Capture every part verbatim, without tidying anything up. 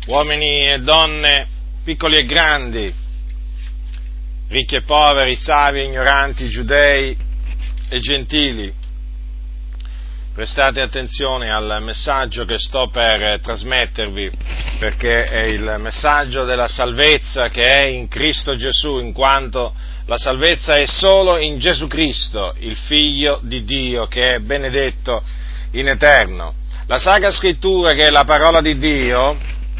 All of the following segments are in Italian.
uomini e donne, piccoli e grandi, ricchi e poveri, savi e ignoranti, giudei e gentili, prestate attenzione al messaggio che sto per trasmettervi, perché è il messaggio della salvezza che è in Cristo Gesù, in quanto la salvezza è solo in Gesù Cristo, il Figlio di Dio, che è benedetto in eterno. La Sacra Scrittura, che è la parola di Dio,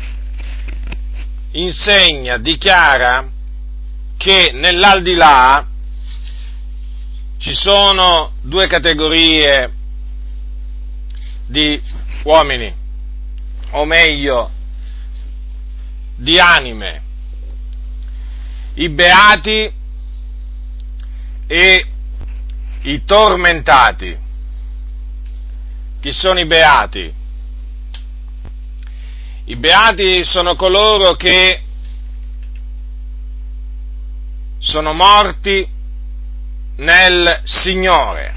insegna, dichiara che nell'aldilà ci sono due categorie di uomini, o meglio, di anime, i beati e i tormentati. Chi sono i beati? I beati sono coloro che sono morti nel Signore,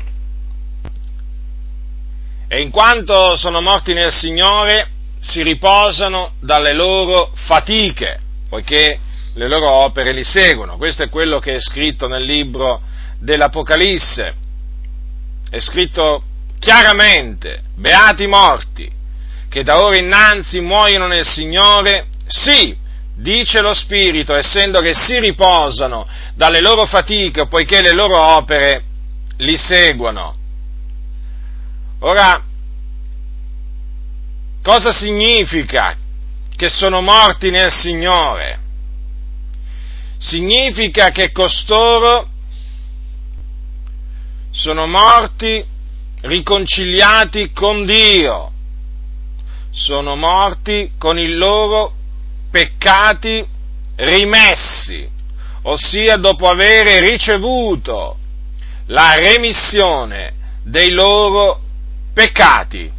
e in quanto sono morti nel Signore si riposano dalle loro fatiche, poiché le loro opere li seguono. Questo è quello che è scritto nel libro dell'Apocalisse, è scritto chiaramente: beati i morti, che da ora innanzi muoiono nel Signore, sì, dice lo Spirito, essendo che si riposano dalle loro fatiche, poiché le loro opere li seguono. Ora, cosa significa che sono morti nel Signore? Significa che costoro sono morti riconciliati con Dio, sono morti con i loro peccati rimessi, ossia dopo aver ricevuto la remissione dei loro peccati.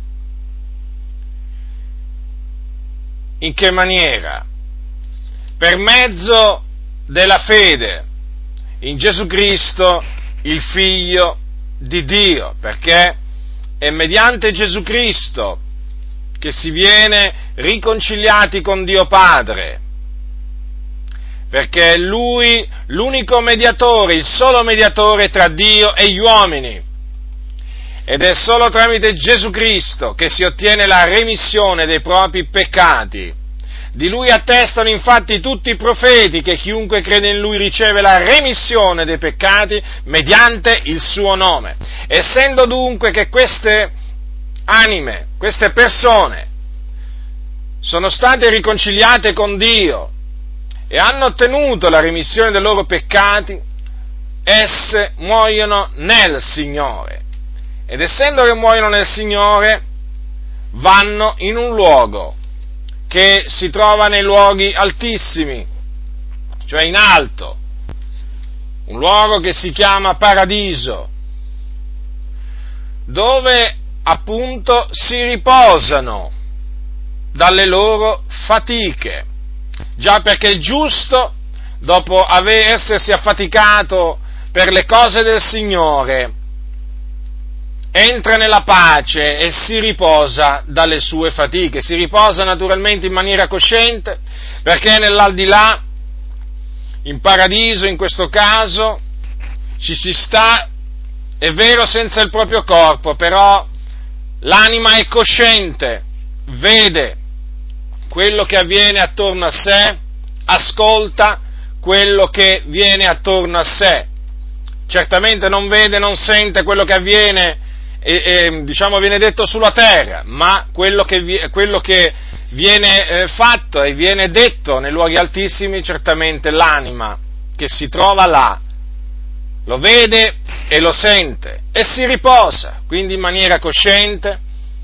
In che maniera? Per mezzo della fede in Gesù Cristo, il Figlio di Dio, perché è mediante Gesù Cristo che si viene riconciliati con Dio Padre, perché è Lui l'unico mediatore, il solo mediatore tra Dio e gli uomini, ed è solo tramite Gesù Cristo che si ottiene la remissione dei propri peccati. Di Lui attestano infatti tutti i profeti che chiunque crede in Lui riceve la remissione dei peccati mediante il suo nome. Essendo dunque che queste anime, queste persone, sono state riconciliate con Dio e hanno ottenuto la remissione dei loro peccati, esse muoiono nel Signore. Ed essendo che muoiono nel Signore, vanno in un luogo che si trova nei luoghi altissimi, cioè in alto, un luogo che si chiama Paradiso, dove appunto si riposano dalle loro fatiche. Già, perché il giusto, dopo aver essersi affaticato per le cose del Signore, entra nella pace e si riposa dalle sue fatiche, si riposa naturalmente in maniera cosciente, perché nell'aldilà, in paradiso in questo caso, ci si sta, è vero, senza il proprio corpo, però l'anima è cosciente, vede quello che avviene attorno a sé, ascolta quello che viene attorno a sé, certamente non vede, non sente quello che avviene, E, e, diciamo viene detto sulla terra, ma quello che, quello che viene eh, fatto e viene detto nei luoghi altissimi, certamente l'anima che si trova là lo vede e lo sente e si riposa, quindi in maniera cosciente,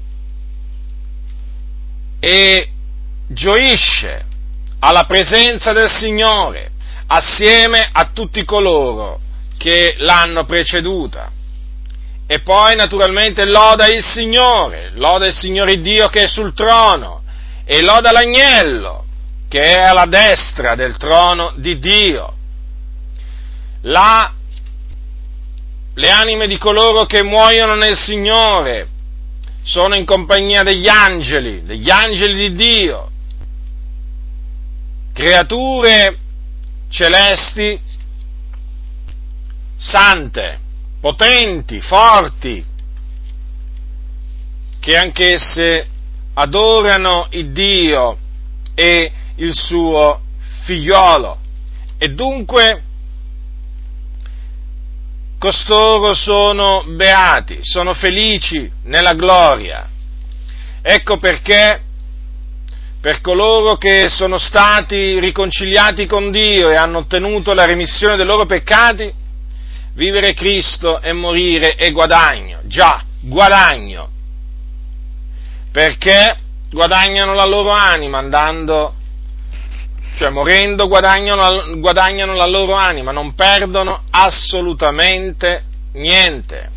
e gioisce alla presenza del Signore assieme a tutti coloro che l'hanno preceduta. E poi naturalmente loda il Signore, loda il Signore Dio che è sul trono, e loda l'agnello che è alla destra del trono di Dio. La, le anime di coloro che muoiono nel Signore sono in compagnia degli angeli, degli angeli di Dio, creature celesti, sante, potenti, forti, che anch'esse adorano il Dio e il suo figliolo, e dunque costoro sono beati, sono felici nella gloria. Ecco perché per coloro che sono stati riconciliati con Dio e hanno ottenuto la remissione dei loro peccati, vivere Cristo e morire è guadagno, già, guadagno, perché guadagnano la loro anima andando, cioè morendo guadagnano, guadagnano la loro anima, non perdono assolutamente niente.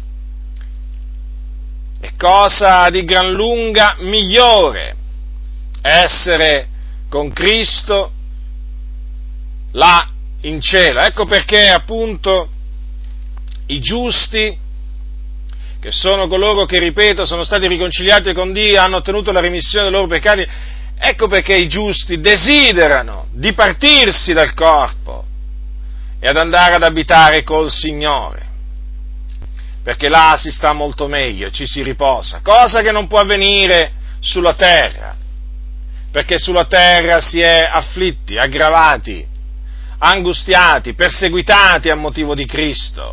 È cosa di gran lunga migliore essere con Cristo là in cielo. Ecco perché appunto i giusti, che sono coloro che, ripeto, sono stati riconciliati con Dio e hanno ottenuto la remissione dei loro peccati, ecco perché i giusti desiderano di partirsi dal corpo e ad andare ad abitare col Signore, perché là si sta molto meglio, ci si riposa, cosa che non può avvenire sulla terra, perché sulla terra si è afflitti, aggravati, angustiati, perseguitati a motivo di Cristo.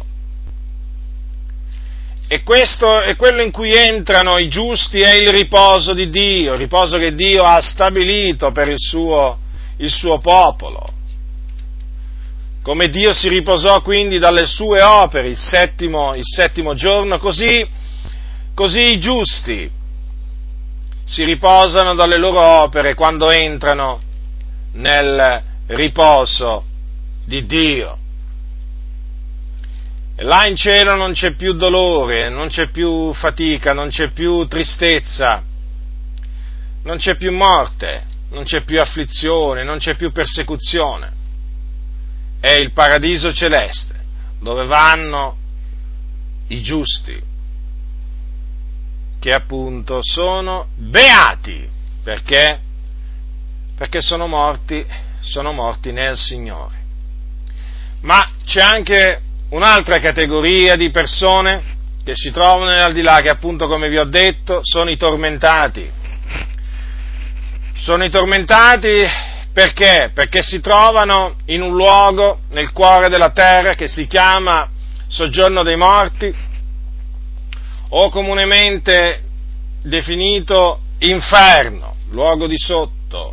E questo è quello in cui entrano i giusti, è il riposo di Dio, il riposo che Dio ha stabilito per il suo, il suo popolo. Come Dio si riposò quindi dalle sue opere il settimo, il settimo giorno, così, così i giusti si riposano dalle loro opere quando entrano nel riposo di Dio. E là in cielo non c'è più dolore, non c'è più fatica, non c'è più tristezza, non c'è più morte, non c'è più afflizione, non c'è più persecuzione. È il paradiso celeste, dove vanno i giusti, che appunto sono beati, perché? Perché sono morti, sono morti nel Signore. Ma c'è anche un'altra categoria di persone che si trovano nell'aldilà, che appunto, come vi ho detto, sono i tormentati. Sono i tormentati perché? Perché si trovano in un luogo nel cuore della terra che si chiama soggiorno dei morti, o comunemente definito inferno, luogo di sotto.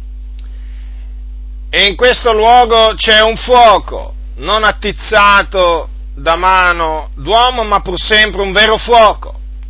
E in questo luogo c'è un fuoco, non attizzato da mano d'uomo, ma pur sempre un vero fuoco.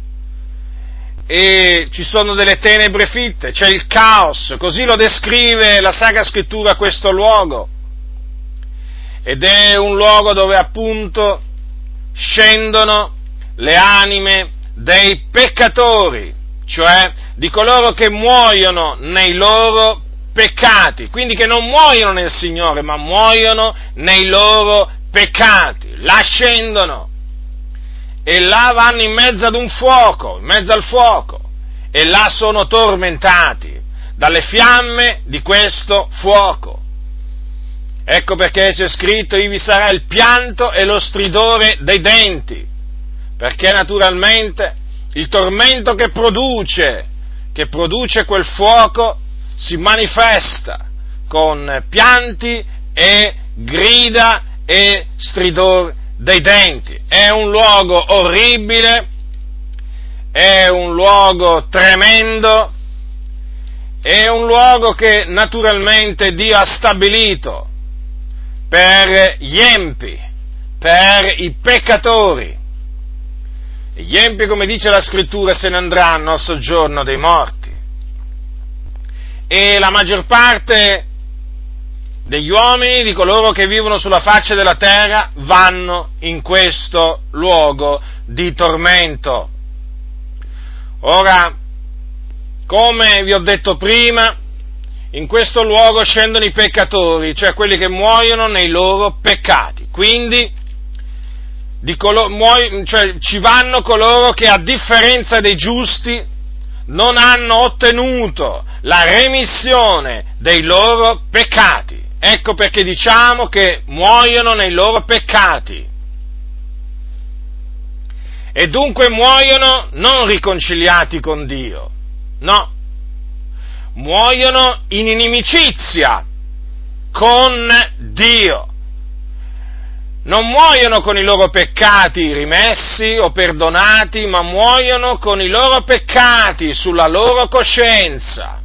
E ci sono delle tenebre fitte, c'è il caos, così lo descrive la Sacra Scrittura questo luogo. Ed è un luogo dove appunto scendono le anime dei peccatori, cioè di coloro che muoiono nei loro peccati, quindi che non muoiono nel Signore, ma muoiono nei loro peccati. Là scendono e là vanno in mezzo ad un fuoco, in mezzo al fuoco, e là sono tormentati dalle fiamme di questo fuoco. Ecco perché c'è scritto: ivi sarà il pianto e lo stridore dei denti, perché naturalmente il tormento che produce, che produce quel fuoco si manifesta con pianti e grida e stridor dei denti. È un luogo orribile, è un luogo tremendo, è un luogo che naturalmente Dio ha stabilito per gli empi, per i peccatori. E gli empi, come dice la Scrittura, se ne andranno al soggiorno dei morti. E la maggior parte degli uomini, di coloro che vivono sulla faccia della terra, vanno in questo luogo di tormento. Ora, come vi ho detto prima, in questo luogo scendono i peccatori, cioè quelli che muoiono nei loro peccati. Quindi di colo- muoio, cioè, ci vanno coloro che, a differenza dei giusti, non hanno ottenuto la remissione dei loro peccati. Ecco perché diciamo che muoiono nei loro peccati. E dunque muoiono non riconciliati con Dio, no, muoiono in inimicizia con Dio. Non muoiono con i loro peccati rimessi o perdonati, ma muoiono con i loro peccati sulla loro coscienza.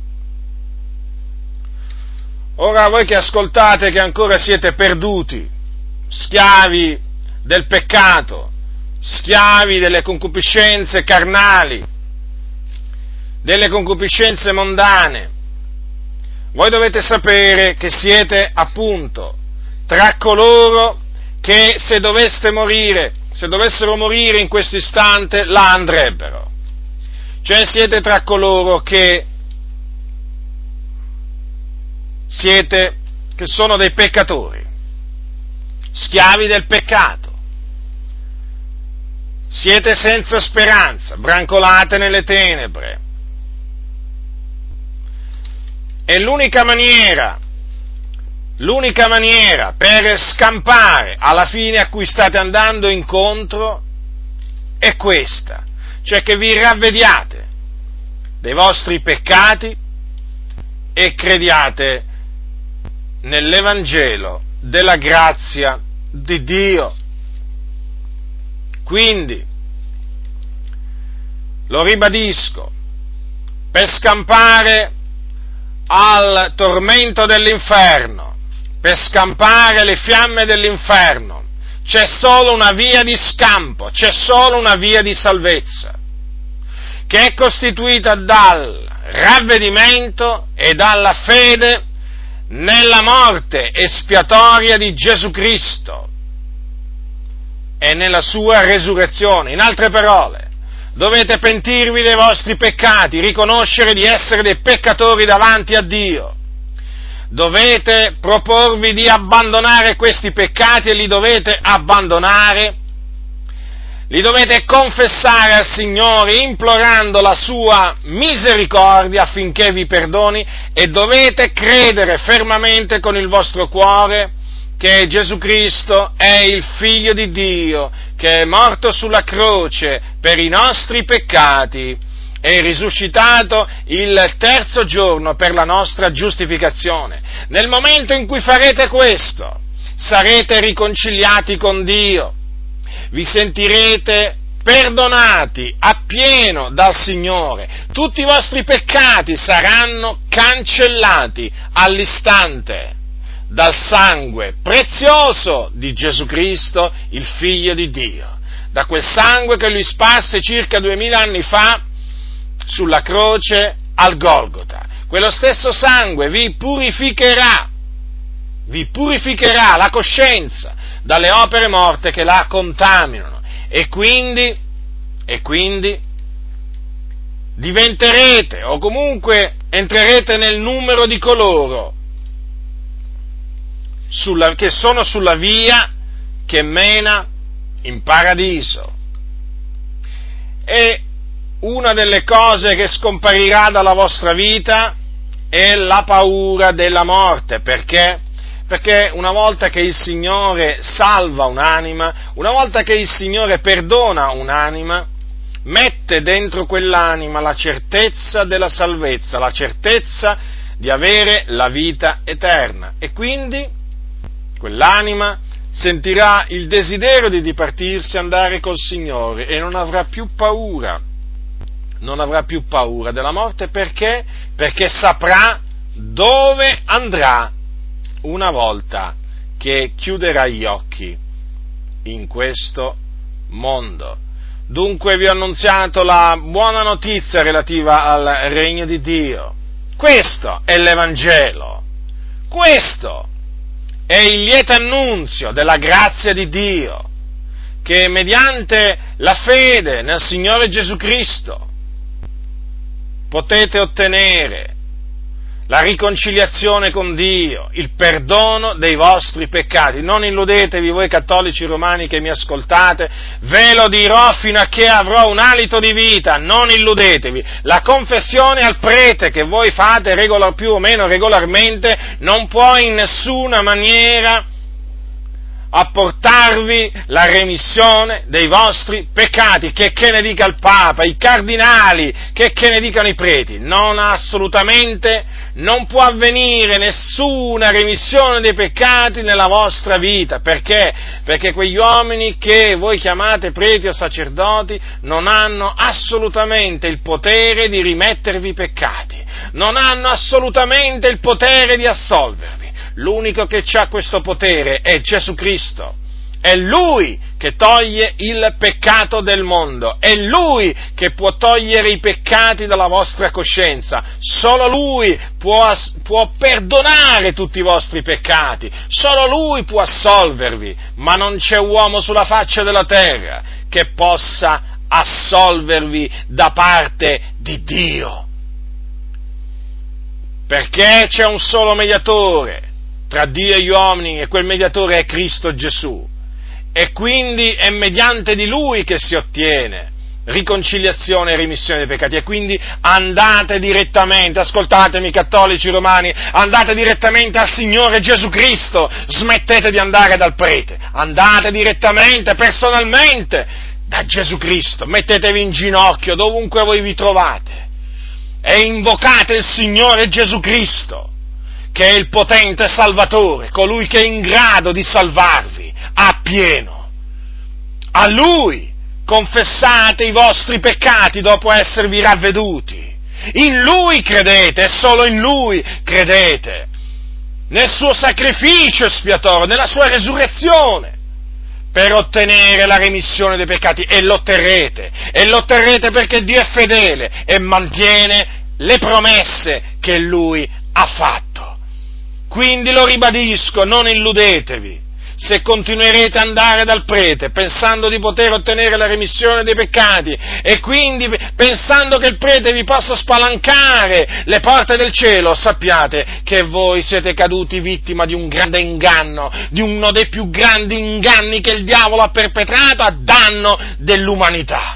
Ora voi che ascoltate che ancora siete perduti, schiavi del peccato, schiavi delle concupiscenze carnali, delle concupiscenze mondane, voi dovete sapere che siete appunto tra coloro che se doveste morire, se dovessero morire in questo istante, là andrebbero. Cioè siete tra coloro che siete, che sono dei peccatori, schiavi del peccato. Siete senza speranza, brancolate nelle tenebre. E l'unica maniera, l'unica maniera per scampare alla fine a cui state andando incontro è questa, cioè che vi ravvediate dei vostri peccati e crediate nell'Evangelo della grazia di Dio. Quindi, lo ribadisco, per scampare al tormento dell'inferno, per scampare le fiamme dell'inferno, c'è solo una via di scampo, c'è solo una via di salvezza, che è costituita dal ravvedimento e dalla fede nella morte espiatoria di Gesù Cristo e nella sua resurrezione. In altre parole, dovete pentirvi dei vostri peccati, riconoscere di essere dei peccatori davanti a Dio. Dovete proporvi di abbandonare questi peccati e li dovete abbandonare, li dovete confessare al Signore implorando la sua misericordia affinché vi perdoni e dovete credere fermamente con il vostro cuore che Gesù Cristo è il Figlio di Dio, che è morto sulla croce per i nostri peccati e è risuscitato il terzo giorno per la nostra giustificazione. Nel momento in cui farete questo, sarete riconciliati con Dio, vi sentirete perdonati appieno dal Signore, tutti i vostri peccati saranno cancellati all'istante dal sangue prezioso di Gesù Cristo, il Figlio di Dio, da quel sangue che Lui sparse circa duemila anni fa sulla croce al Golgota. Quello stesso sangue vi purificherà, vi purificherà la coscienza dalle opere morte che la contaminano e quindi, e quindi diventerete o comunque entrerete nel numero di coloro Sulla, che sono sulla via che mena in paradiso. E una delle cose che scomparirà dalla vostra vita è la paura della morte. Perché? Perché una volta che il Signore salva un'anima, una volta che il Signore perdona un'anima, mette dentro quell'anima la certezza della salvezza, la certezza di avere la vita eterna. E quindi quell'anima sentirà il desiderio di dipartirsi, andare col Signore e non avrà più paura, non avrà più paura della morte. Perché? Perché saprà dove andrà una volta che chiuderà gli occhi in questo mondo. Dunque vi ho annunziato la buona notizia relativa al regno di Dio. Questo è l'Evangelo, questo è il lieto annunzio della grazia di Dio, che mediante la fede nel Signore Gesù Cristo potete ottenere la riconciliazione con Dio, il perdono dei vostri peccati. Non illudetevi voi cattolici romani che mi ascoltate, ve lo dirò fino a che avrò un alito di vita, non illudetevi. La confessione al prete che voi fate regolar, più o meno regolarmente non può in nessuna maniera apportarvi la remissione dei vostri peccati, che che ne dica il Papa, i cardinali, che che ne dicano i preti, non assolutamente, non può avvenire nessuna remissione dei peccati nella vostra vita, perché? Perché quegli uomini che voi chiamate preti o sacerdoti non hanno assolutamente il potere di rimettervi i peccati, non hanno assolutamente il potere di assolvervi. L'unico che ha questo potere è Gesù Cristo, è Lui che toglie il peccato del mondo, è Lui che può togliere i peccati dalla vostra coscienza, solo Lui può, può perdonare tutti i vostri peccati, solo Lui può assolvervi, ma non c'è uomo sulla faccia della terra che possa assolvervi da parte di Dio, perché c'è un solo mediatore tra Dio e gli uomini, e quel mediatore è Cristo Gesù, e quindi è mediante di Lui che si ottiene riconciliazione e remissione dei peccati, e quindi andate direttamente, ascoltatemi cattolici romani, andate direttamente al Signore Gesù Cristo, smettete di andare dal prete, andate direttamente, personalmente, da Gesù Cristo, mettetevi in ginocchio dovunque voi vi trovate, e invocate il Signore Gesù Cristo, che è il potente Salvatore, colui che è in grado di salvarvi appieno. A Lui confessate i vostri peccati dopo esservi ravveduti. In Lui credete, e solo in Lui credete, nel suo sacrificio espiatorio, nella sua resurrezione, per ottenere la remissione dei peccati, e l'otterrete, e l'otterrete perché Dio è fedele e mantiene le promesse che Lui ha fatto. Quindi lo ribadisco, non illudetevi, se continuerete ad andare dal prete pensando di poter ottenere la remissione dei peccati e quindi pensando che il prete vi possa spalancare le porte del cielo, sappiate che voi siete caduti vittima di un grande inganno, di uno dei più grandi inganni che il diavolo ha perpetrato a danno dell'umanità.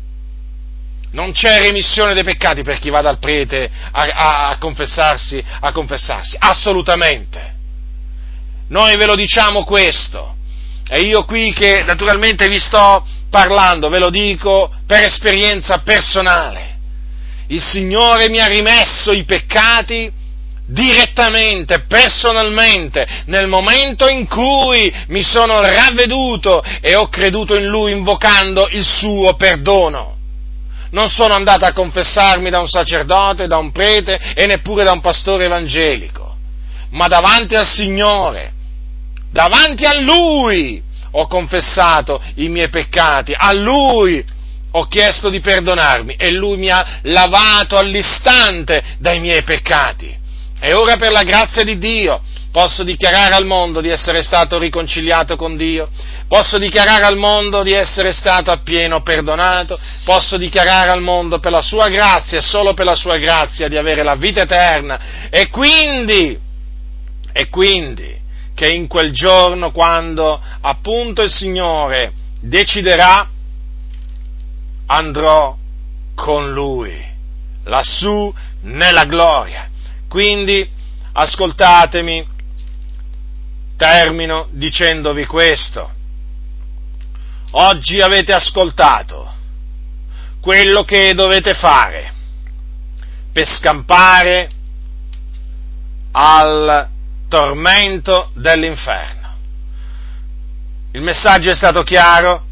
Non c'è remissione dei peccati per chi va dal prete a, a, a confessarsi, a confessarsi, assolutamente. Noi ve lo diciamo questo, e io qui che naturalmente vi sto parlando, ve lo dico per esperienza personale. Il Signore mi ha rimesso i peccati direttamente, personalmente, nel momento in cui mi sono ravveduto e ho creduto in Lui invocando il suo perdono. Non sono andato a confessarmi da un sacerdote, da un prete e neppure da un pastore evangelico, ma davanti al Signore, davanti a Lui ho confessato i miei peccati, a Lui ho chiesto di perdonarmi e Lui mi ha lavato all'istante dai miei peccati. E ora, per la grazia di Dio, posso dichiarare al mondo di essere stato riconciliato con Dio, posso dichiarare al mondo di essere stato appieno perdonato, posso dichiarare al mondo per la sua grazia e solo per la sua grazia di avere la vita eterna, e quindi, e quindi, che in quel giorno, quando appunto il Signore deciderà, andrò con Lui, lassù nella gloria. Quindi, ascoltatemi, termino dicendovi questo. Oggi avete ascoltato quello che dovete fare per scampare al tormento dell'inferno. Il messaggio è stato chiaro,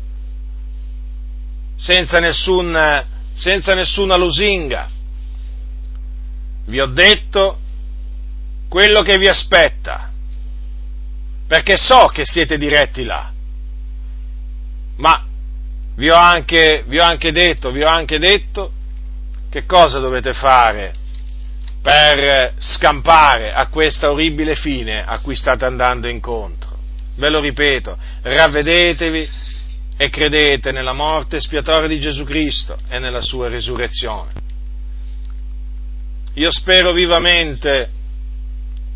senza nessun, senza nessuna lusinga. Vi ho detto quello che vi aspetta, perché so che siete diretti là, ma vi ho anche, vi ho anche detto, vi ho anche detto che cosa dovete fare per scampare a questa orribile fine a cui state andando incontro. Ve lo ripeto, ravvedetevi e credete nella morte espiatoria di Gesù Cristo e nella sua risurrezione. Io spero vivamente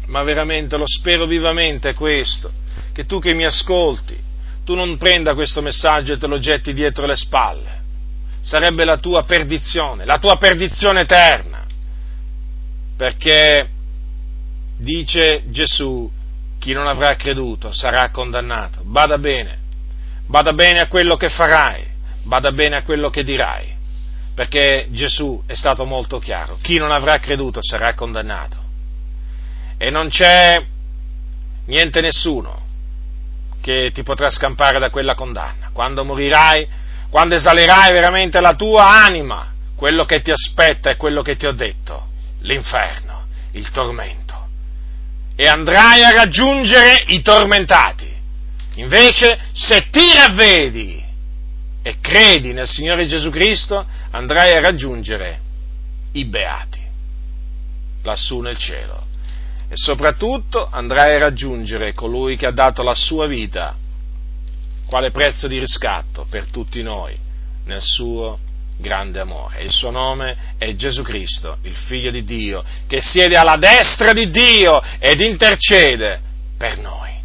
ma veramente lo spero vivamente questo, che tu che mi ascolti, tu non prenda questo messaggio e te lo getti dietro le spalle. Sarebbe la tua perdizione, la tua perdizione eterna, perché dice Gesù, chi non avrà creduto sarà condannato. Bada bene, bada bene a quello che farai, bada bene a quello che dirai, perché Gesù è stato molto chiaro, chi non avrà creduto sarà condannato. E non c'è niente nessuno che ti potrà scampare da quella condanna. Quando morirai, quando esalerai veramente la tua anima, quello che ti aspetta è quello che ti ho detto, l'inferno, il tormento. E andrai a raggiungere i tormentati. Invece, se ti ravvedi e credi nel Signore Gesù Cristo, andrai a raggiungere i beati, lassù nel cielo. E soprattutto andrai a raggiungere colui che ha dato la sua vita, quale prezzo di riscatto per tutti noi, nel suo grande amore. E il suo nome è Gesù Cristo, il Figlio di Dio, che siede alla destra di Dio ed intercede per noi.